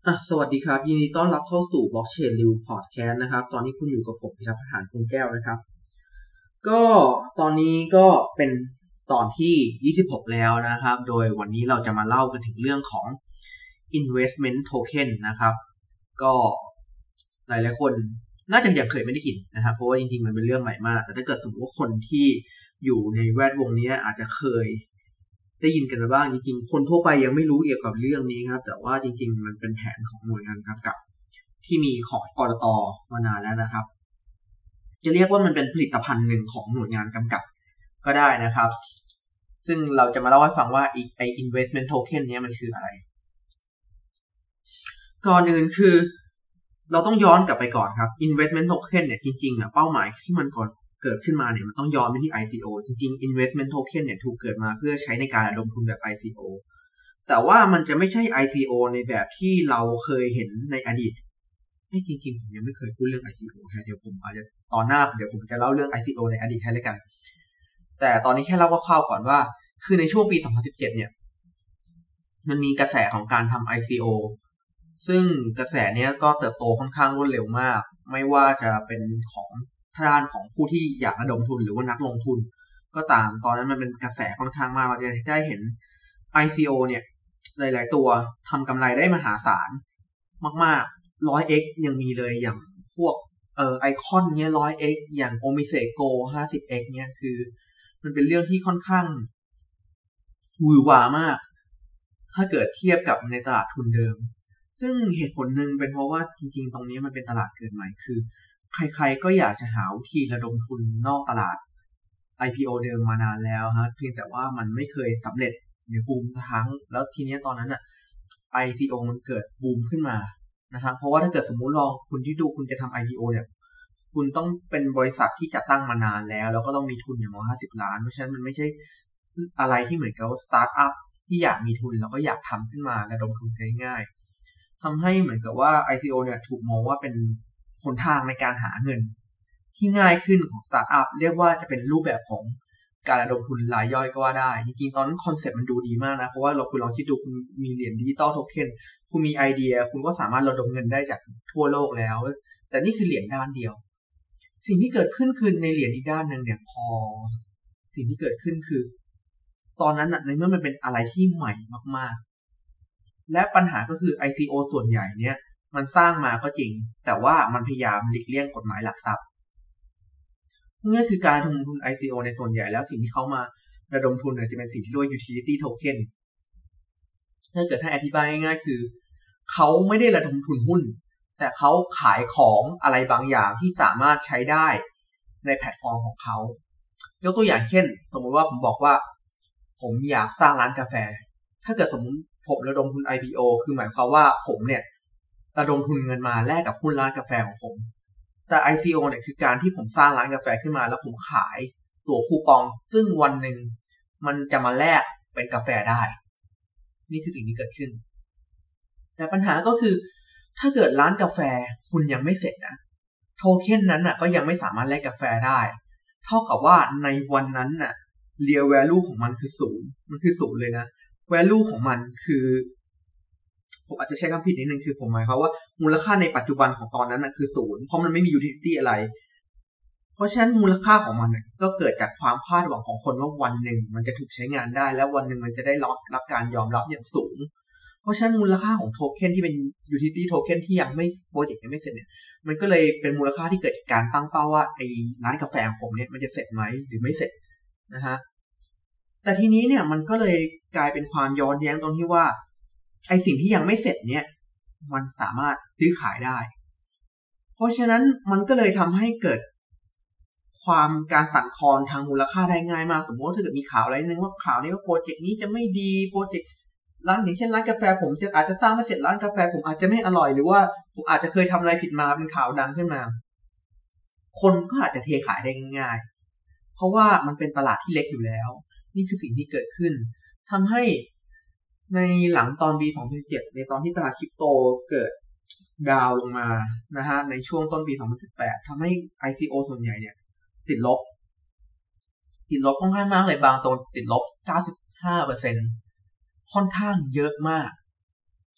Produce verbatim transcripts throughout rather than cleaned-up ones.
อ่ะสวัสดีครับยินดีต้อนรับเข้าสู่ Blockchain Review Podcast นะครับตอนนี้คุณอยู่กับผมพิทักษ์ประธานคงแก้วนะครับก็ตอนนี้ก็เป็นตอนที่ยี่สิบหกแล้วนะครับโดยวันนี้เราจะมาเล่ากันถึงเรื่องของ Investment Token นะครับก็หลายๆคนน่าจะยังเคยไม่ได้ยินนะครับเพราะว่าจริงๆมันเป็นเรื่องใหม่มากแต่ถ้าเกิดสมมติว่าคนที่อยู่ในแวดวงนี้อาจจะเคยได้ยินกันมาบ้างจริงๆคนทั่วไปยังไม่รู้เกี่ยวกับเรื่องนี้ครับแต่ว่าจริงๆมันเป็นแผนของหน่วยงานกำกับที่มีของกลต.มานานแล้วนะครับจะเรียกว่ามันเป็นผลิตภัณฑ์หนึ่งของหน่วยงานกำกับก็ได้นะครับซึ่งเราจะมาเล่าให้ฟังว่าไอ้ investment token เนี้ยมันคืออะไรก่อนอื่นคือเราต้องย้อนกลับไปก่อนครับ investment token เนี่ยจริงๆอ่ะเป้าหมายที่มันก่อนเกิดขึ้นมาเนี่ยมันต้องย้อนไปที่ ไอ ซี โอ จริงๆ investment token เนี่ยถูกเกิดมาเพื่อใช้ในการระดมทุนแบบ ไอ ซี โอ แต่ว่ามันจะไม่ใช่ ไอ ซี โอ ในแบบที่เราเคยเห็นในอดีตเอ้จริงๆผมยังไม่เคยพูดเรื่อง ไอ ซี โอ แค่เดี๋ยวผมอาจจะตอนหน้าเดี๋ยวผมจะเล่าเรื่อง ไอ ซี โอ ในอดีตให้แล้วกันแต่ตอนนี้แค่เล่าคร่าวๆก่อนว่าคือในช่วงปีสองพันสิบเจ็ดเนี่ยมันมีกระแสของการทำ ไอ ซี โอ ซึ่งกระแสนี้ก็เติบโตค่อนข้างรวดเร็วมากไม่ว่าจะเป็นของด้านของผู้ที่อยากระดมทุนหรือว่านักลงทุนก็ตามตอนนั้นมันเป็นกระแสค่อนข้างมากเราจะได้เห็น ไอ ซี โอ เนี่ยหลายๆตัวทำกำไรได้มหาศาลมากๆ หนึ่งร้อยเอ็กซ์ ยังมีเลยอย่างพวกเอ่อไอคอนเนี้ย หนึ่งร้อยเอ็กซ์ อย่าง Omiseco ห้าสิบเอ็กซ์ เนี่ยคือมันเป็นเรื่องที่ค่อนข้างหวือหวามากถ้าเกิดเทียบกับในตลาดทุนเดิมซึ่งเหตุผลหนึ่งเป็นเพราะว่าจริงๆตรงนี้มันเป็นตลาดเกิดใหม่คือใครๆก็อยากจะหาวิธีระดมทุนนอกตลาด ไอ พี โอ เดิมมานานแล้วฮะเพียงแต่ว่ามันไม่เคยสำเร็จหรือบูมทั้งแล้วทีนี้ตอนนั้นอ่ะ ไอ ซี โอ มันเกิดบูมขึ้นมานะครับเพราะว่าถ้าเกิดสมมุติลองคุณที่ดูคุณจะทำ ไอ พี โอ เนี่ยคุณต้องเป็นบริษัทที่จัดตั้งมานานแล้วแล้วก็ต้องมีทุนอย่างน้อยห้าสิบล้านเพราะฉะนั้นมันไม่ใช่อะไรที่เหมือนกับสตาร์ทอัพที่อยากมีทุนแล้วก็อยากทำขึ้นมาระดมทุนง่ายๆทำให้เหมือนกับว่า ไอ ซี โอ เนี่ยถูกมองว่าเป็นหนทางในการหาเงินที่ง่ายขึ้นของสตาร์ทอัพเรียกว่าจะเป็นรูปแบบของการระดมทุนรายย่อยก็ว่าได้จริงๆตอนนั้นคอนเซ็ปต์มันดูดีมากนะเพราะว่าเราคุณลองคิดดูคุณมีเหรียญดิจิตอลโทเค็นคุณมีไอเดียคุณก็สามารถระดมเงินได้จากทั่วโลกแล้วแต่นี่คือเหรียญด้านเดียวสิ่งที่เกิดขึ้นคือในเหรียญอีกด้านนึงเนี่ยพอสิ่งที่เกิดขึ้นคือตอนนั้นในเมื่อมันเป็นอะไรที่ใหม่มากๆและปัญหาก็คือ ไอ ซี โอ ส่วนใหญ่เนี่ยมันสร้างมาก็จริงแต่ว่ามันพยายามหลีกเลี่ยงกฎหมายหลักทรัพย์นี่คือการลงทุน ไอ ซี โอ ในส่วนใหญ่แล้วสิ่งที่เขามาระดมทุนเนี่ยจะเป็นสิ่งที่เรียกว่า utility token ถ้าเกิดให้อธิบายง่ายๆคือเขาไม่ได้ระดมทุนหุ้นแต่เขาขายของอะไรบางอย่างที่สามารถใช้ได้ในแพลตฟอร์มของเขายกตัวอย่างเช่นสมมติว่าผมบอกว่าผมอยากสร้างร้านกาแฟถ้าเกิดสมมติผมระดมทุน ไอ พี โอ คือหมายความว่าผมเนี่ยระดมทุนเงินมาแลกกับหุ้นร้านกาแฟของผมแต่ ไอ ซี โอ เนี่ยคือการที่ผมสร้างร้านกาแฟขึ้นมาแล้วผมขายตั๋วคูปองซึ่งวันหนึ่งมันจะมาแลกเป็นกาแฟได้นี่คือสิ่งที่เกิดขึ้นแต่ปัญหาก็คือถ้าเกิดร้านกาแฟคุณยังไม่เสร็จนะโทเค็นนั้นน่ะก็ยังไม่สามารถแลกกาแฟได้เท่ากับว่าในวันนั้นน่ะ real value ของมันคือศูนย์มันคือศูนย์เลยนะ value ของมันคือผมอาจจะใช้คำผิดนิดนึงคือผมหมายความว่ามูลค่าในปัจจุบันของตอนนั้นน่ะคือศูนย์เพราะมันไม่มี utility อะไรเพราะฉะนั้นมูลค่าของมันก็เกิดจากความคาดหวังของคนว่าวันหนึ่งมันจะถูกใช้งานได้แล้ววันหนึ่งมันจะได้รับรับการยอมรับอย่างสูงเพราะฉะนั้นมูลค่าของโทเค็นที่เป็น utility token ที่ยังไม่โปรเจกต์ยังไม่เสร็จเนี่ยมันก็เลยเป็นมูลค่าที่เกิดจากการตั้งเป้าว่าไอ้ร้านกาแฟของผมเนี่ยมันจะเสร็จไหมหรือไม่เสร็จนะฮะแต่ทีนี้เนี่ยมันก็เลยกลายเป็นความย้อนแย้งตรงที่ว่าไอ้สิ่งที่ยังไม่เสร็จเนี่ยมันสามารถซื้อขายได้เพราะฉะนั้นมันก็เลยทำให้เกิดความการสั่นคลอนทางมูลค่าได้ง่ายมากสมมติว่าถ้าเกิดมีข่าวอะไรนึงว่าข่าวนี้ว่าโปรเจกต์นี้จะไม่ดีโปรเจกต์ร้านอย่างเช่นร้านกาแฟผมจะอาจจะสร้างไม่เสร็จร้านกาแฟผมอาจจะไม่อร่อยหรือว่าผมอาจจะเคยทำอะไรผิดมาเป็นข่าวดังขึ้นมาคนก็อาจจะเทขายได้ง่ายๆเพราะว่ามันเป็นตลาดที่เล็กอยู่แล้วนี่คือสิ่งที่เกิดขึ้นทำให้ในหลังตอนปีสองพันสิบเจ็ดในตอนที่ตลาดคริปโตเกิดดาวลงมานะฮะในช่วงต้นปีสองพันสิบแปดทำให้ ไอ ซี โอ ส่วนใหญ่เนี่ยติดลบติดลบค่อนข้างมากเลยบางตัวติดลบ เก้าสิบห้าเปอร์เซ็นต์ ค่อนข้างเยอะมาก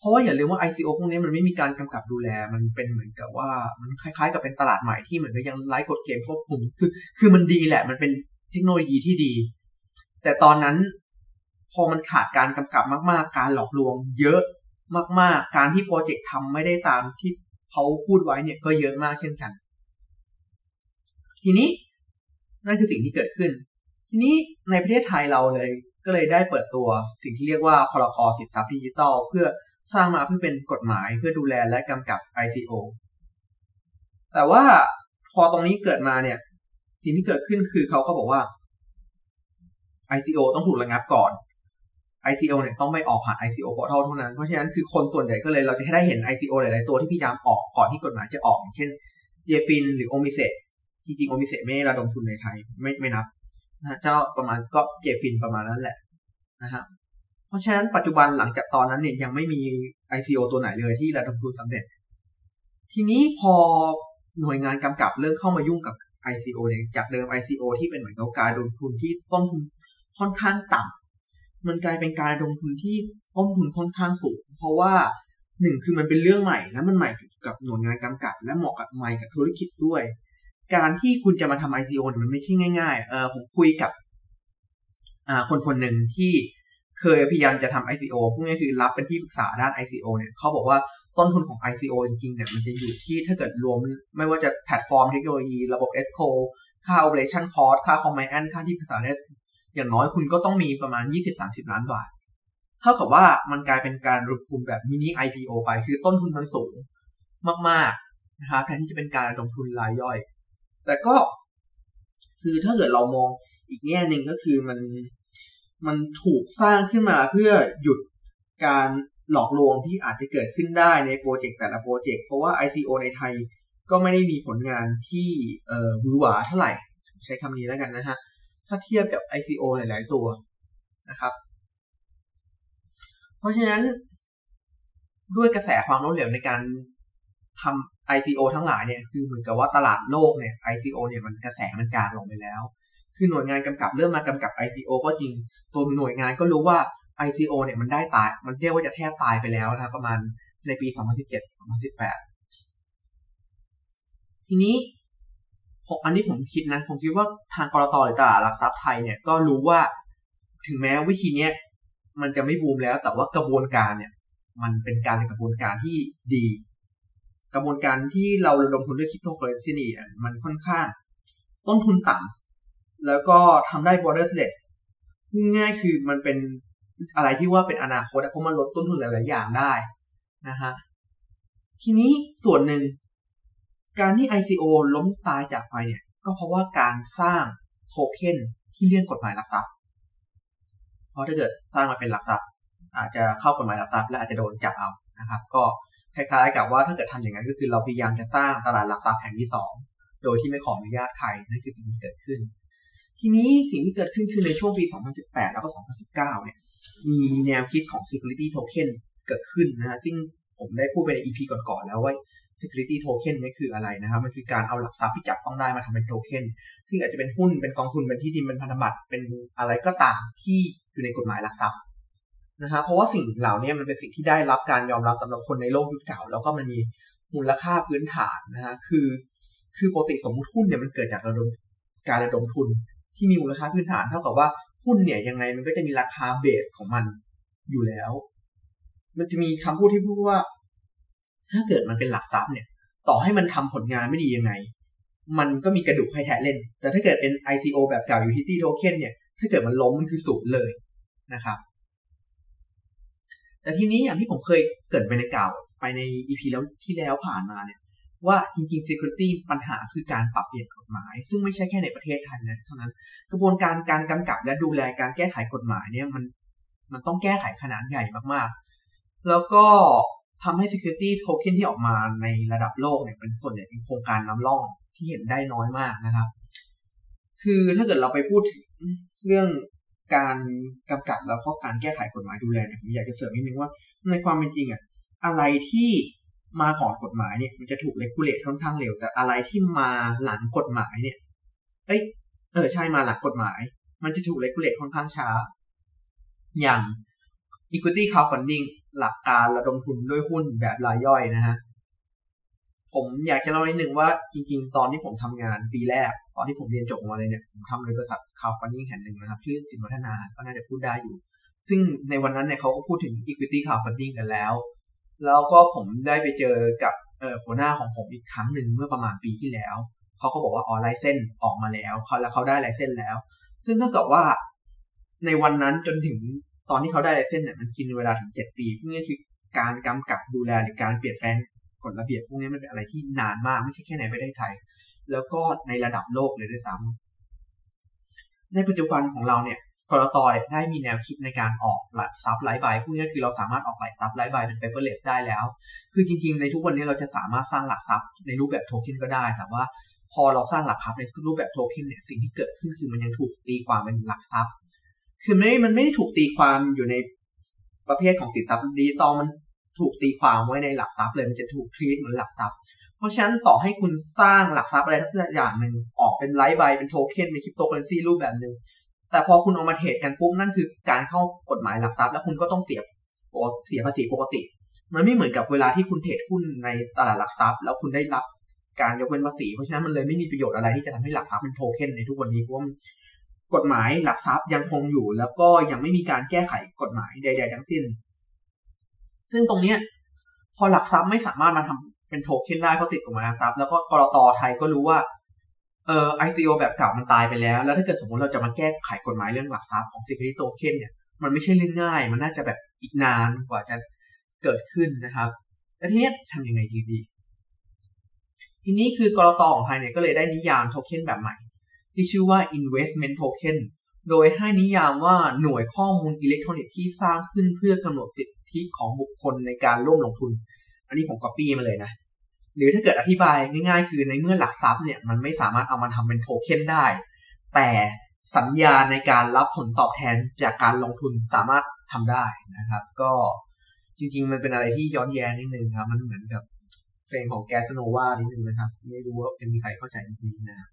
เพราะว่าอย่าลืมว่า ไอ ซี โอ พวกนี้มันไม่มีการกำกับดูแลมันเป็นเหมือนกับว่ามันคล้ายๆกับเป็นตลาดใหม่ที่เหมือนกับยังไร้กฎเกณฑ์ควบคุมคือคือมันดีแหละมันเป็นเทคโนโลยีที่ดีแต่ตอนนั้นพอมันขาดการกำกับมากๆการหลอกลวงเยอะมากๆการที่โปรเจกต์ทำไม่ได้ตามที่เขาพูดไว้เนี่ยก็เยอะมากเช่นกันทีนี้นั่นคือสิ่งที่เกิดขึ้นทีนี้ในประเทศไทยเราเลยก็เลยได้เปิดตัวสิ่งที่เรียกว่าพรก.สินทรัพย์ดิจิทัลเพื่อสร้างมาเพื่อเป็นกฎหมายเพื่อดูแลและกำกับ ไอ ซี โอ แต่ว่าพอตรงนี้เกิดมาเนี่ยสิ่งที่เกิดขึ้นคือเขาก็บอกว่า ไอ ซี โอ ต้องถูกระงับก่อน ไอ ซี โอ เนี่ยต้องไม่ออกผ่าน ไอ ซี โอ Portal เท่านั้นเพราะฉะนั้นคือคนส่วนใหญ่ก็เลยเราจะได้เห็น ไอ ซี โอ หลายๆตัวที่พยายามออกก่อนที่กฎหมายจะออกอย่างเช่น เจ ฟิน หรือ Omise จริงๆ Omise ไม่ระดมทุนในไทยไม่ไม่นับนะเจ้าประมาณก็ เจ ฟิน ประมาณนั้นแหละนะฮะเพราะฉะนั้นปัจจุบันหลังจากตอนนั้นเนี่ยยังไม่มี ไอ ซี โอ ตัวไหนเลยที่ระดมทุนสำเร็จทีนี้พอหน่วยงานกำกับเริ่มเข้ามายุ่งกับ ไอ ซี โอ เนี่ยจากเดิม ไอ ซี โอ ที่เป็นเหมือนกับการลงทุนที่ต้นทุนค่อนข้างต่ำมันกลายเป็นการลงทุนที่ต้นทุนค่อนข้างสูงเพราะว่าหนึ่งคือมันเป็นเรื่องใหม่และมันใหม่กับหน่วยงานกำกับและเหมาะกับใหม่กับธุรกิจด้วยการที่คุณจะมาทำ ไอ ซี โอ เนี่ยมันไม่ใช่ง่ายๆเออผมคุยกับอ่าคนคนหนึ่งที่เคยพยายามจะทำ ไอ ซี โอ พวกนี้คือรับเป็นที่ปรึกษาด้าน ไอ ซี โอ เนี่ยเขาบอกว่าต้นทุนของ ไอ ซี โอ จริงๆเนี่ยมันจะอยู่ที่ถ้าเกิดรวมไม่ว่าจะแพลตฟอร์มเทคโนโลยีระบบ Escrow ค่า Operation Cost ค่า Compliance ค่าที่ปรึกษาเนี่ยอย่างน้อยคุณก็ต้องมีประมาณ ยี่สิบถึงสามสิบ ล้านบาทเท่ากับว่ามันกลายเป็นการลงทุนแบบมินิ ไอ พี โอ ไปคือต้นทุนมันสูงมากๆนะครับแทนที่จะเป็นการลงทุนรายย่อยแต่ก็คือถ้าเกิดเรามองอีกแง่นึงก็คือมันมันถูกสร้างขึ้นมาเพื่อหยุดการหลอกลวงที่อาจจะเกิดขึ้นได้ในโปรเจกต์แต่ละโปรเจกต์เพราะว่า ไอ ซี โอ ในไทยก็ไม่ได้มีผลงานที่เอ่อหวือหวาเท่าไหร่ใช้คำนี้แล้วกันนะฮะถ้าเทียบกับ ไอ ซี โอ หลายๆตัวนะครับเพราะฉะนั้นด้วยกระแสความล้มเหลวในการทำ ไอ ซี โอ ทั้งหลายเนี่ยคือเหมือนกับว่าตลาดโลกเนี่ย ไอ ซี โอ เนี่ยมันกระแสมันจางลงไปแล้วคือหน่วยงานกำกับเริ่มมากำกับ ไอ ซี โอ ก็จริงตัวหน่วยงานก็รู้ว่า ไอ ซี โอ เนี่ยมันได้ตายมันเรียกว่าจะแทบตายไปแล้วนะประมาณในปีสองพันสิบเจ็ด สองพันสิบแปดทีนี้ผมอันนี้ผมคิดนะผมคิดว่าทางกลต.หรือตลาดหลักทรัพย์ไทยเนี่ยก็รู้ว่าถึงแม้วิธีนี้มันจะไม่บูมแล้วแต่ว่ากระบวนการเนี่ยมันเป็นการกระบวนการที่ดีกระบวนการที่เราระดมทุนด้วยคริปโตเคอเรนซีเนี่ยมันค่อนข้างต้นทุนต่ำแล้วก็ทำได้ borderless ง่ายๆคือมันเป็นอะไรที่ว่าเป็นอนาคตเพราะมันลดต้นทุนหลายๆอย่างได้นะฮะทีนี้ส่วนหนึ่งการที่ ไอ ซี โอ ล้มตายจากไปเนี่ยก็เพราะว่าการสร้างโทเค็นที่เลี่ยงกฎหมายหลักทรัพย์เพราะถ้าเกิดสร้างมาเป็นหลักทรัพย์อาจจะเข้ากฎหมายหลักทรัพย์และอาจจะโดนจับเอานะครับก็คล้ายๆกับว่าถ้าเกิดทำอย่างนั้นก็คือเราพยายามจะสร้างตลาดหลักทรัพย์แห่งที่สองโดยที่ไม่ขออนุญาตใครนั่นคือสิ่งที่เกิดขึ้นทีนี้สิ่งที่เกิดขึ้นคือในช่วงปีสองพันสิบแปดแล้วก็สองพันสิบเก้าเนี่ยมีแนวคิดของ security token เกิดขึ้นนะฮะซึ่งผมได้พูดไปใน อี พี ก่อนๆแล้วว่า security token นี่คืออะไรนะครับมันคือการเอาหลักทรัพย์ที่จับต้องได้มาทำเป็นโทเค็นซึ่งอาจจะเป็นหุ้นเป็นกองทุนเป็นที่ดินเป็นพันธบัตรเป็นอะไรก็ตามที่อยู่ในกฎหมายหลักทรัพย์นะฮะเพราะว่าสิ่งเหล่านี้มันเป็นสิ่งที่ได้รับการยอมรับสำหรับคนในโลกยุคเก่าแล้วก็มันมีมูลค่าพื้นฐานนะฮะคือคือปกติสมมุติหุ้นเนี่ยมันเกิดจากระดมการระดมทุนที่มีมูลค่าพื้นฐานเท่ากับว่าหุ้นเนี่ยยังไงมันก็จะมีราคาเบสของมันอยู่แล้วมันจะมีคำพูดที่พูดว่าถ้าเกิดมันเป็นหลักทรัพย์เนี่ยต่อให้มันทำผลงานไม่ดียังไงมันก็มีกระดูกให้แทะเล่นแต่ถ้าเกิดเป็น ไอ ซี โอ แบบเก่า Utility Token เนี่ยถ้าเกิดมันล้มมันคือศูนย์เลยนะครับแต่ทีนี้อย่างที่ผมเคยเกริ่นไปในเก่าไปใน อี พี แล้วที่แล้วผ่านมาเนี่ยว่าจริงๆ security ปัญหาคือการปรับเปลี่ยนกฎหมายซึ่งไม่ใช่แค่ในประเทศไทยนะเท่านั้นกระบวนการการกำกับและดูแลการแก้ไขกฎหมายเนี่ยมันมันต้องแก้ไขขนาดใหญ่มากๆแล้วก็ทำให้ security token ที่ออกมาในระดับโลกเนี่ยเป็นส่วนใหญ่เป็นโครงการนำร่องที่เห็นได้น้อยมากนะครับคือถ้าเกิดเราไปพูดถึงเรื่องการกำกับแล้วก็การแก้ไขกฎหมายดูแลเนี่ยผมอยากจะเสริมนิดนึงว่าในความเป็นจริงอะอะไรที่มาก่อนกฎหมายเนี่ยมันจะถูกเลกูเลตค่อนข้างเร็วแต่อะไรที่มาหลังกฎหมายเนี่ยเอ้ยเออใช่มาหลังกฎหมายมันจะถูกเลกูเลตค่อนข้างช้าอย่าง equity crowdfunding หลักการระดมทุนด้วยหุ้นแบบรายย่อยนะฮะผมอยากจะเล่านิดนึงว่าจริงๆตอนที่ผมทำงานปีแรกตอนที่ผมเรียนจบมาเลยเนี่ยผมทำในบริษัทคาวฟันดิ้งแห่งหนึ่งนะครับชื่อสินวัฒนาก็น่าจะพูดได้อยู่ซึ่งในวันนั้นเนี่ยเขาก็พูดถึง equity crowdfunding กันแล้วแล้วก็ผมได้ไปเจอกับเอ่อหัวหน้าของผมอีกครั้งหนึ่งเมื่อประมาณปีที่แล้วเขาก็บอกว่าอ๋อไลเซนส์ออกมาแล้วเขาแล้วเขาได้ไลเซนส์แล้วซึ่งเท่ากับว่าในวันนั้นจนถึงตอนที่เขาได้ไลเซนส์เนี่ยมันกินเวลาถึงเจ็ดปีนี่คือการกำกับดูแลหรือการเปลี่ยนแปลงกฎระเบียบพวกนี้มันเป็นอะไรที่นานมากไม่ใช่แค่ในประเทศไทยแล้วก็ในระดับโลกเลยด้วยซ้ำในปัจจุบันของเราเนี่ยกรต.ได้มีแนวคิดในการออกหลักทรัพย์ไร้ใบพวกนี้คือเราสามารถออกหลักทรัพย์ไร้ใบเป็น paperless ได้แล้วคือจริงๆในทุกวันนี้เราจะสามารถสร้างหลักทรัพย์ในรูปแบบโทเค็นก็ได้แต่ว่าพอเราสร้างหลักทรัพย์ในรูปแบบโทเค็นเนี่ยสิ่งที่เกิดขึ้นคือมันยังถูกตีความเป็นหลักทรัพย์คือไม่มันไม่ได้ถูกตีความอยู่ในประเภทของสินทรัพย์ดิจิตอลมันถูกตีความไว้ในหลักทรัพย์เลยมันจะถูกทรีตเหมือนหลักทรัพย์เพราะฉะนั้นต่อให้คุณสร้างหลักทรัพย์อะไรทั้งอย่างหนึ่งออกเป็นไร้ใบเป็นโทเค็นเป็นคริปโตเคอเรนซีรูปแบบนึงแต่พอคุณเอามาเทรดกันปุ๊บนั่นคือการเข้ากฎหมายหลักทรัพย์แล้วคุณก็ต้องเสียเสียภาษีปกติมันไม่เหมือนกับเวลาที่คุณเทรดหุ้นในตลาดหลักทรัพย์แล้วคุณได้รับการยกเว้นภาษีเพราะฉะนั้นมันเลยไม่มีประโยชน์อะไรที่จะทำให้หลักทรัพย์เป็นโทเค็นในทุกวันนี้เพราะกฎหมายหลักทรัพย์ยังคงอยู่แล้วก็ยังไม่มีการแก้ไขกฎหมายใดๆทั้งสิ้นซึ่งตรงเนี้ยพอหลักทรัพย์ไม่สามารถมาทำเป็นโทเค็นได้เพราะติดกฎหมายหลักทรัพย์แล้วก็กรต.ไทยก็รู้ว่าเอ่อ ไอ ซี โอ แบบเก่ามันตายไปแล้วแล้วถ้าเกิดสมมติเราจะมาแก้ไขกฎหมายเรื่องหลักทรัพย์ของ Security Token เนี่ยมันไม่ใช่เรื่องง่ายมันน่าจะแบบอีกนานกว่าจะเกิดขึ้นนะครับแล้วทีนี้ทำยังไงดีดีทีนี้คือกรต.ของไทยเนี่ยก็เลยได้นิยามโทเค็นแบบใหม่ที่ชื่อว่า investment token โดยให้นิยามว่าหน่วยข้อมูลอิเล็กทรอนิกส์ที่สร้างขึ้นเพื่อกำหนดสิทธิของบุคคลในการร่วมลงทุนอันนี้ผม copy มาเลยนะหรือถ้าเกิดอธิบายง่ายๆคือในเมื่อหลักทรัพย์เนี่ยมันไม่สามารถเอามาทำเป็นโทเค็นได้แต่สัญญาในการรับผลตอบแทนจากการลงทุนสามารถทำได้นะครับก็จริงๆมันเป็นอะไรที่ย้อนแย้งนิดนึงครับมันเหมือนกับเพลงของแกสโนวานิดนึงนะครับไม่รู้ว่าจะมีใครเข้าใจนิดนี้นะ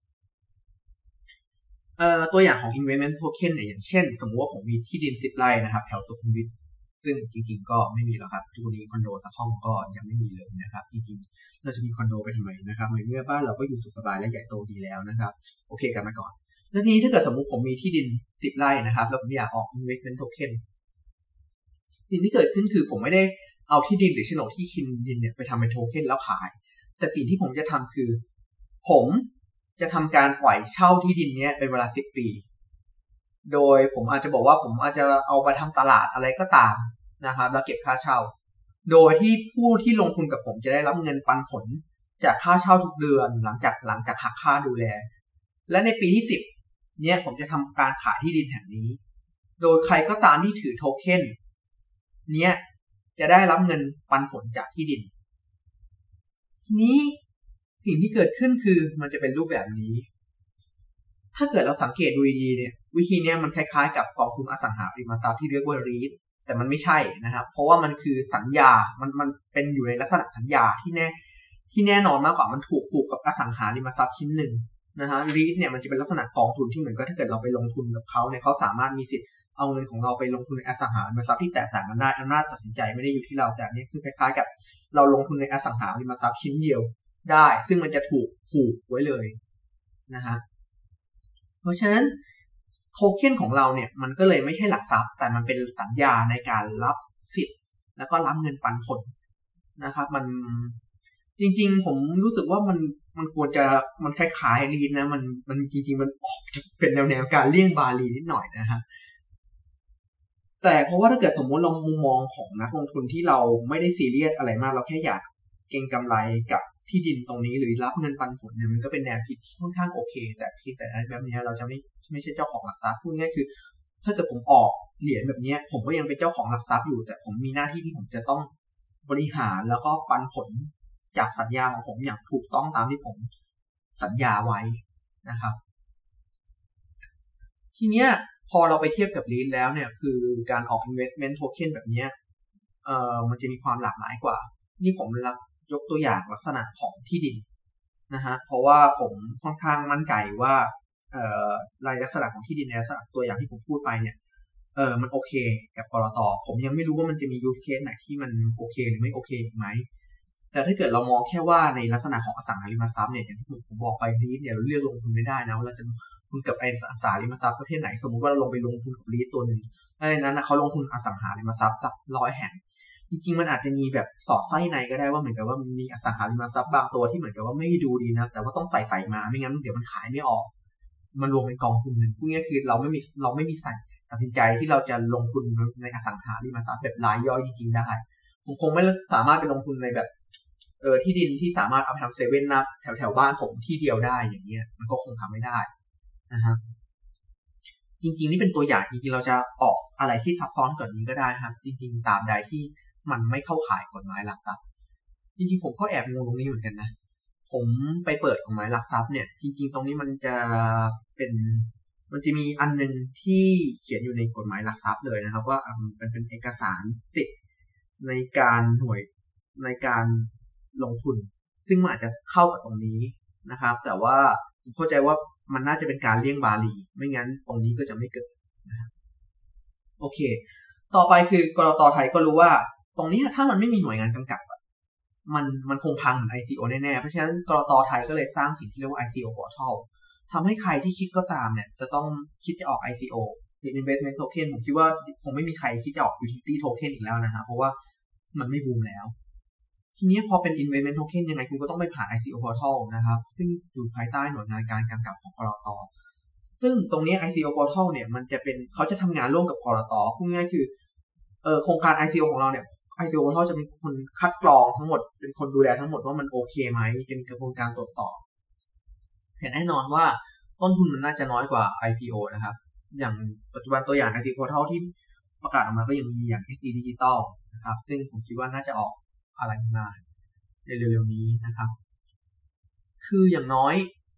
เอ่อตัวอย่างของ investment token เนี่ยอย่างเช่นสมมติว่าผมมีที่ดินสิบไร่นะครับแถวสุขุมวิทซึ่งจริงๆก็ไม่มีหรอกครับทุกวันนี้คอนโดสักห้องก็ยังไม่มีเลยนะครับจริงๆเราจะมีคอนโดไปทำไมนะครับในเมื่อบ้านเราก็อยู่สุขสบายและใหญ่โตดีแล้วนะครับโอเคกันมาก่อนแล้วทีนี้ถ้าเกิดสมมุติผมมีที่ดินสิบไร่นะครับแล้วผมอยากออก investment token สิ่งที่เกิดขึ้นคือผมไม่ได้เอาที่ดินหรือโฉนดที่คินดินเนี่ยไปทำเป็นโทเค็นแล้วขายแต่สิ่งที่ผมจะทำคือผมจะทำการปล่อยเช่าที่ดินเนี้ยเป็นเวลาสิบปีโดยผมอาจจะบอกว่าผมอาจจะเอาไปทำตลาดอะไรก็ตามนะครับแล้วเก็บค่าเช่าโดยที่ผู้ที่ลงทุนกับผมจะได้รับเงินปันผลจากค่าเช่าทุกเดือนหลังจากหลังจากหักค่าดูแลและในปีที่สิบเนี่ยผมจะทำการขายที่ดินแห่งนี้โดยใครก็ตามที่ถือโทเค็นเนี้ยจะได้รับเงินปันผลจากที่ดินทีนี้สิ่งที่เกิดขึ้นคือมันจะเป็นรูปแบบนี้ถ้าเกิดเราสังเกตดูดีๆเนี่ยวิธีนี้มันคล้ายๆกับกองทุนอสังหาริมทรัพย์ที่เรียกว่า รีท แต่มันไม่ใช่นะครับเพราะว่ามันคือสัญญามันมันเป็นอยู่ในลักษณะสัญญาที่แน่ที่แน่นอนมากกว่ามันถูกผูกกับอสังหาริมทรัพย์ชิ้นหนึ่งนะฮะ รีท เนี่ยมันจะเป็นลักษณะกองทุนที่เหมือนกับถ้าเกิดเราไปลงทุนกับเขาเนี่ยเขาสามารถมีสิทธิ์เอาเงินของเราไปลงทุนในอสังหาริมทรัพย์ที่แตกต่างกันได้อำนาจตัดสินใจไม่ได้อยู่ที่เราแต่นี่คือคล้ายๆกับเราลงทุนในอสังหาริมทรัพย์ชิ้นเดียวได้ซึ่งมันจะถูกผูกไว้เลยนะฮะเพราะฉะนั้นโทเค็นของเราเนี่ยมันก็เลยไม่ใช่หลักทรัพย์แต่มันเป็นสัญญาในการรับสิทธิ์แล้วก็รับเงินปันผลนะครับมันจริงๆผมรู้สึกว่ามันมันควรจะมันคล้ายๆรีทนะมันมันจริงๆมันออกจะเป็นแนวๆการเลี่ยงบาลีนิดหน่อยนะฮะแต่เพราะว่าถ้าเกิดสมมติเรามุมมองของนักลงทุนที่เราไม่ได้ซีเรียสอะไรมากเราแค่อยากเก็งกำไรกับที่ดินตรงนี้หรือรับเงินปันผลเนี่ยมันก็เป็นแนวคิดที่ค่อนข้างโอเคแต่เพียงแต่แบบนี้เราจะไม่ไม่ใช่เจ้าของหลักทรัพย์พูดง่ายคือถ้าเกิดผมออกเหรียญแบบนี้ผมก็ยังเป็นเจ้าของหลักทรัพย์อยู่แต่ผมมีหน้าที่ที่ผมจะต้องบริหารแล้วก็ปันผลจากสัญญาของผมอย่างถูกต้องตามที่ผมสัญญาไว้นะครับทีเนี้ยพอเราไปเทียบกับ รีท แล้วเนี่ยคือการออก investment token แบบนี้เอ่อมันจะมีความหลากหลายกว่านี่ผมยกตัวอย่างลักษณะของที่ดินนะฮะเพราะว่าผมค่อนข้างมั่นใจว่าเอ่อรายลักษณะของที่ดินในลักษณะตัวอย่างที่ผมพูดไปเนี่ยเออมันโอเคกับกรต.ผมยังไม่รู้ว่ามันจะมี use case ไหนที่มันโอเคหรือไม่โอเคไหมแต่ถ้าเกิดเรามองแค่ว่าในลักษณะของอสังหาริมทรัพย์เนี่ยอย่างที่ผมบอกไปรีทเนี่ยเราเลือกลงทุนไม่ได้นะว่าเราจะลงทุนกับไออสังหาริมทรัพย์ประเภทไหนสมมุติว่าเราลงไปลงทุนกับรีทตัวหนึ่งในนั้นนะเขาลงทุนอสังหาริมทรัพย์สักร้อยแห่งจริงๆมันอาจจะมีแบบสอดไส้ในก็ได้ว่าเหมือนกับว่ามีอสังหาริมทรัพย์บางตัวที่เหมือนกับว่าไม่ดูดีนะแต่ว่าต้องใส่ใส่มาไม่งั้นเดี๋ยวมันขายไม่ออกมันรวมเป็นกองทุนหนึ่งพูดง่ายๆคือเราไม่มีเราไม่มีใส่ตัดสินใจที่เราจะลงทุนในอสังหาริมทรัพย์แบบรายย่อยจริงๆได้ผมคงไม่สามารถไปลงทุนในแบบเออที่ดินที่สามารถเอาไปทำเซเว่นนะแถวแถวบ้านผมที่เดียวได้อย่างเงี้ยมันก็คงทำไม่ได้นะฮะจริงๆนี่เป็นตัวอย่างจริงๆเราจะออกอะไรที่ซับซ้อนกว่านี้ก็ได้ครับจริงๆตามใดที่มันไม่เข้าข่ายกฎหมายหลักทรัพย์จริงๆผมก็แอบงงตรงนี้เหมือนกันนะผมไปเปิดกฎหมายหลักทรัพย์เนี่ยจริงๆตรงนี้มันจะเป็นมันจะมีอันนึงที่เขียนอยู่ในกฎหมายหลักทรัพย์เลยนะครับว่ามันเป็นเอกสารสิทธิ์ในการหน่วยในการลงทุนซึ่งมันอาจจะเข้ากับตรงนี้นะครับแต่ว่าผมเข้าใจว่ามันน่าจะเป็นการเลี่ยงบาลีไม่งั้นตรงนี้ก็จะไม่เกิดนะครับโอเคต่อไปคือกรต.ไทยก็รู้ว่าตรงนี้ถ้ามันไม่มีหน่วยงานกำกับมันมันคงพังเหมือน ไอ ซี โอ แน่ๆเพราะฉะนั้นกรต.ไทยก็เลยสร้างสิ่งที่เรียกว่า ไอ ซี โอ Portal ทำให้ใครที่คิดก็ตามเนี่ยจะต้องคิดจะออก ไอ ซี โอ หรือ Investment Token ผมคิดว่าคงไม่มีใครคิดจะออก Utility Token อีกแล้วนะฮะเพราะว่ามันไม่บูมแล้วทีนี้พอเป็น Investment Token ยังไงคุณก็ต้องไปผ่าน ไอ ซี โอ Portal นะครับซึ่งอยู่ภายใต้หน่วยงานการกำกับของกรต.ซึ่งตรงนี้ ไอ ซี โอ Portal เนี่ยมันจะเป็นเขาจะทำงานร่วมกับกรต.พูดง่ายๆคือเออโครงการ ไอ ซี โอ ของเราเนี่ย ไอ ซี โอ Portal จะเป็นคนคัดกรองทั้งหมดเป็นคนดูแลทั้งหมดว่ามันโอเคไหมจะมีกระบวนการตรวจสอบแต่แน่นอนว่าต้นทุนมันน่าจะน้อยกว่า ไอ พี โอ นะครับอย่างปัจจุบันตัวอย่าง ไอ ซี โอ Portal ที่ประกาศออกมาก็ยังมีอย่าง เอ็กซ์ ดี Digital นะครับซึ่งผมคิดว่าน่าจะออกอะไรมาในเร็วๆนี้นะครับคืออย่างน้อย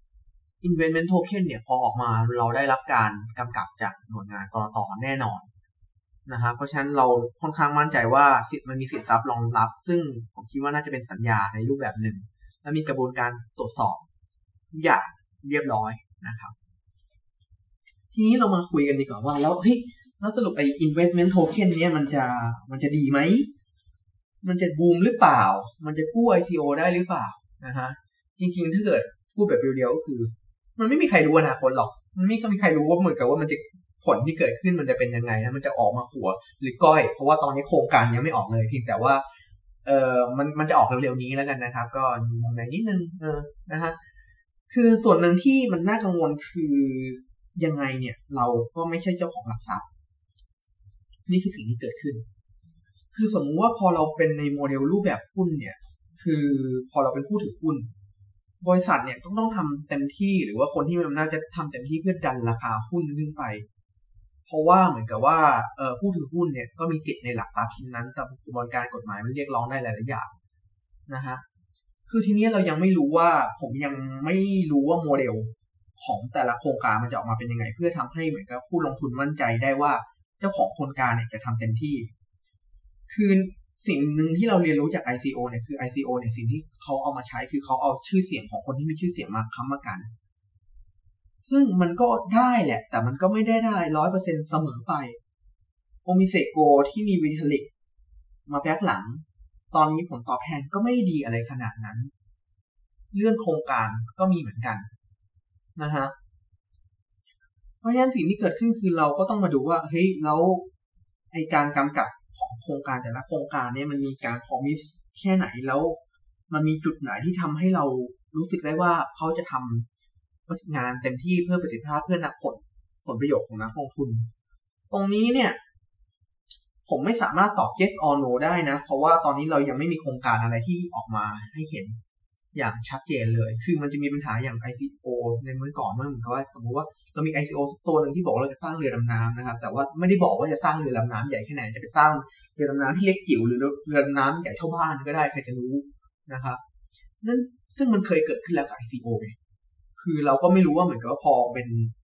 Investment Token เนี่ยพอออกมาเราได้รับการกำกับจากหน่วยงานกรต.แน่นอนนะครับเพราะฉะนั้นเราค่อนข้างมั่นใจว่ามันมีสิทธิทรัพย์รองรับซึ่งผมคิดว่าน่าจะเป็นสัญญาในรูปแบบหนึ่งและมีกระบวนการตรวจสอบทุกอย่างเรียบร้อยนะครับทีนี้เรามาคุยกันดีกว่าว่าแล้วเฮ้ยแล้วสรุปไอ้ investment token เนี้ยมันจะมันจะดีไหมมันจะบูมหรือเปล่ามันจะกู้ ไอ ซี โอ ได้หรือเปล่านะฮะจริงๆถ้าเกิดพูดแบบเดียวๆก็คือมันไม่มีใครรู้อนาคตหรอกมันไม่มีใครรู้ว่าเหมือนกับว่ามันจะผลที่เกิดขึ้นมันจะเป็นยังไงนะมันจะออกมาหัวหรือก้อยเพราะว่าตอนนี้โครงการยังไม่ออกเลยเพียงแต่ว่าเออมันมันจะออกเร็วๆนี้แล้วกันนะครับก็มองในนิดนึงเออนะฮะคือส่วนหนึ่งที่มันน่ากังวลคือยังไงเนี่ยเราก็ไม่ใช่เจ้าของหลักทรัพย์นี่คือสิ่งที่เกิดขึ้นคือสมมุติว่าพอเราเป็นในโมเดลรูปแบบหุ้นเนี่ยคือพอเราเป็นผู้ถือหุ้นบริษัทเนี่ยต้องต้องทำเต็มที่หรือว่าคนที่มีอำนาจจะทำเต็มที่เพื่อดันราคาหุ้นขึ้นไปเพราะว่าเหมือนกับว่าเอ่อผู้ถือหุ้นเนี่ยก็มีสิทธิ์ในหลักทรัพย์ชิ้นนั้นตามกระบวนการกฎหมายมันเรียกร้องได้หลายๆอย่างนะฮะคือทีนี้เรายังไม่รู้ว่าผมยังไม่รู้ว่าโมเดลของแต่ละโครงการมันจะออกมาเป็นยังไงเพื่อทำให้เหมือนกับผู้ลงทุนมั่นใจได้ว่าเจ้าของโครงการเนี่ยจะทำเต็มที่คือสิ่งหนึ่งที่เราเรียนรู้จาก ไอ ซี โอ เนี่ยคือ ไอ ซี โอ เนี่ยสิ่งที่เขาเอามาใช้คือเขาเอาชื่อเสียงของคนที่มีชื่อเสียงมาค้ำประกันซึ่งมันก็ได้แหละแต่มันก็ไม่ได้ได้ ร้อยเปอร์เซ็นต์ เสมอไปโอมิเซโกที่มีวิทาลิกมาแบ็คหลังตอนนี้ผลตอบแทนก็ไม่ดีอะไรขนาดนั้นเลื่อนโครงการก็มีเหมือนกันนะฮะเพราะฉะนั้นสิ่งที่เกิดขึ้นคือเราก็ต้องมาดูว่าเฮ้ยแล้วไอการกำกับของโครงการแต่ละโครงการเนี่ยมันมีการพอมิสแค่ไหนแล้วมันมีจุดไหนที่ทำให้เรารู้สึกได้ว่าเขาจะทำงานเต็มที่เพื่อประสิทธิภาพเพื่อนักผลผลประโยชน์ของนักลงทุนตรงนี้เนี่ยผมไม่สามารถตอบ yes or no ได้นะเพราะว่าตอนนี้เรายังไม่มีโครงการอะไรที่ออกมาให้เห็นอย่างชัดเจนเลยคือมันจะมีปัญหาอย่าง ไอ ซี โอ ในเมื่อก่อนเมื่อเหมือนกับว่าสมมติว่าเรามี ไอ ซี โอ ตัวหนึ่งที่บอกเราจะสร้างเรือดำน้ำนะครับแต่ว่าไม่ได้บอกว่าจะสร้างเรือดำน้ำใหญ่แค่ไหนจะไปสร้างเรือดำน้ำที่เล็กจิ๋วหรือเรือดำน้ำใหญ่เท่าบ้านก็ได้ใครจะรู้นะครับนั่นซึ่งมันเคยเกิดขึ้นแล้วกับ ไอ ซี โอ ไงคือเราก็ไม่รู้ว่าเหมือนกับว่าพอเป็น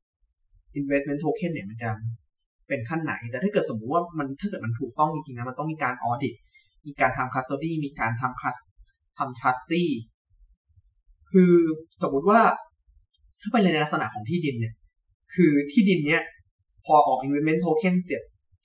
investment token เนี่ยมันจะเป็นขั้นไหนแต่ถ้าเกิดสมมุติว่ามันถ้าเกิดมันถูกต้องจริงๆนะมันต้องมีการ audit มีการทำ custody มีการทำ ทำ trustee คือสมมุติว่าถ้าเป็นในลักษณะของที่ดินเนี่ยคือที่ดินเนี้ยพอออก investment token เสร็จ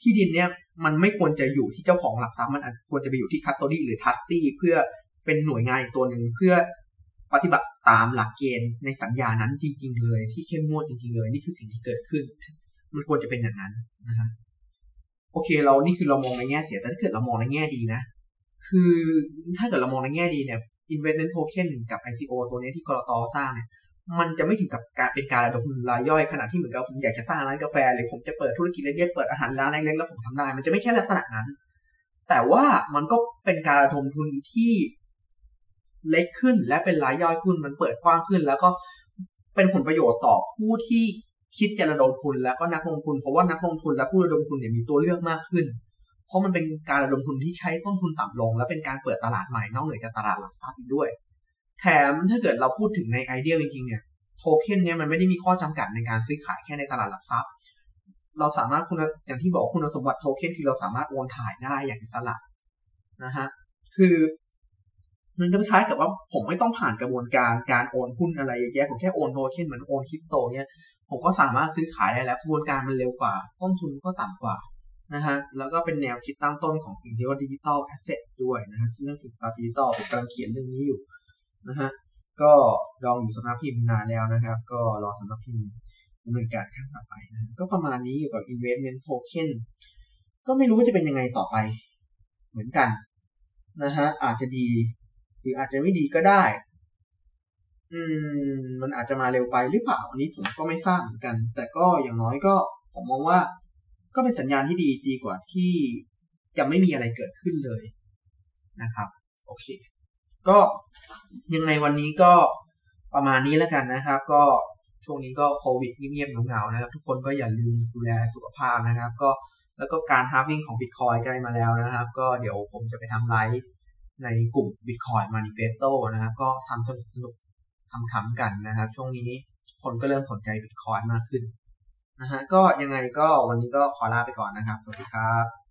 ที่ดินเนี่ยมันไม่ควรจะอยู่ที่เจ้าของหลักทรัพย์มันควรจะไปอยู่ที่คัสโตดี้หรือทัสตี้เพื่อเป็นหน่วยงานอีกตัวหนึ่งเพื่อปฏิบัติตามหลักเกณฑ์ในสัญญานั้นจริงๆเลยที่เข้มงวดจริงๆเลยนี่คือสิ่งที่เกิดขึ้นมันควรจะเป็นอย่างนั้นนะฮะโอเคเรานี่คือเรามองในแง่เสียแต่ถ้าเกิดเรามองในแง่ดีนะคือถ้าเกิดเรามองในแง่ดีเนี่ย investment token กับ ไอ ซี โอ ตัวนี้ที่กลต.สร้างเนี่ยมันจะไม่ถึงกับการเป็นการระดมทุนรายย่อยขนาดที่เหมือนกับผมอยากจะสร้างร้านกาแฟหรือผมจะเปิดธุรกิจเล็กๆเปิดอาหารร้านเล็กๆแล้วผมทำได้มันจะไม่ใช่ลักษณะนั้นแต่ว่ามันก็เป็นการระดมทุนที่เล็กขึ้นและเป็นรายย่อยขึ้นมันเปิดกว้างขึ้นแล้วก็เป็นผลประโยชน์ต่อผู้ที่คิดจะระดมทุนแล้วก็นักลงทุนเพราะว่านักลงทุนและผู้ระดมทุนเนี่ยมีตัวเลือกมากขึ้นเพราะมันเป็นการระดมทุนที่ใช้ต้นทุนต่ำลงและเป็นการเปิดตลาดใหม่นอกเหนือจากตลาดหลักทรัพย์อีกด้วยแถมถ้าเกิดเราพูดถึงในไอเดียจริงๆเนี่ยโทเค็นเนี่ยมันไม่ได้มีข้อจำกัดในการซื้อขายแค่ในตลาดหลักทรัพย์เราสามารถคุณอย่างที่บอกคุณสมบัติโทเค็นคือเราสามารถโอนถ่ายได้อย่างอิสระนะฮะคือมันจะคล้ายกับว่าผมไม่ต้องผ่านกระบวนการการโอนหุ้นอะไรเยอะแยะผมแค่โอนโทเค็นเหมือนโอนคริปโตเนี่ยผมก็สามารถซื้อขายได้แล้วกระบวนการมันเร็วกว่าต้นทุนก็ต่ำกว่านะฮะแล้วก็เป็นแนวคิดตั้งต้นของสิ่งที่ว่าดิจิตอลแอสเซทด้วยนะฮะซึ่งเรื่องศึกษาดิจิตอลผมกำลังเขียนเรื่องนี้อยู่นะฮะก็ลองอยู่สำนักพิมพ์นานแล้วนะครับก็รอสำนักพิมพ์ดำเนินการขั้นต่อไปนะก็ประมาณนี้อยู่กับ investment token ก็ไม่รู้ว่าจะเป็นยังไงต่อไปเหมือนกันนะฮะอาจจะดีหรืออาจจะไม่ดีก็ได้อืมมันอาจจะมาเร็วไปหรือเปล่าอันนี้ผมก็ไม่ทราบเหมือนกันแต่ก็อย่างน้อยก็ผมมองว่าก็เป็นสัญญาณที่ดีดีกว่าที่จะไม่มีอะไรเกิดขึ้นเลยนะครับโอเคก็ยังไงวันนี้ก็ประมาณนี้แล้วกันนะครับก็ช่วงนี้ก็โควิดเงียบๆเหงาๆนะครับทุกคนก็อย่าลืมดูแลสุขภาพนะครับก็แล้วก็การฮาล์ฟวิ่งของ Bitcoin ใกล้มาแล้วนะครับก็เดี๋ยวผมจะไปทำไลฟ์ในกลุ่ม Bitcoin Manifesto นะครับก็ทำสนุกๆทำขำกันนะครับช่วงนี้คนก็เริ่มสนใจ Bitcoin มากขึ้นนะฮะก็ยังไงก็วันนี้ก็ขอลาไปก่อนนะครับสวัสดีครับ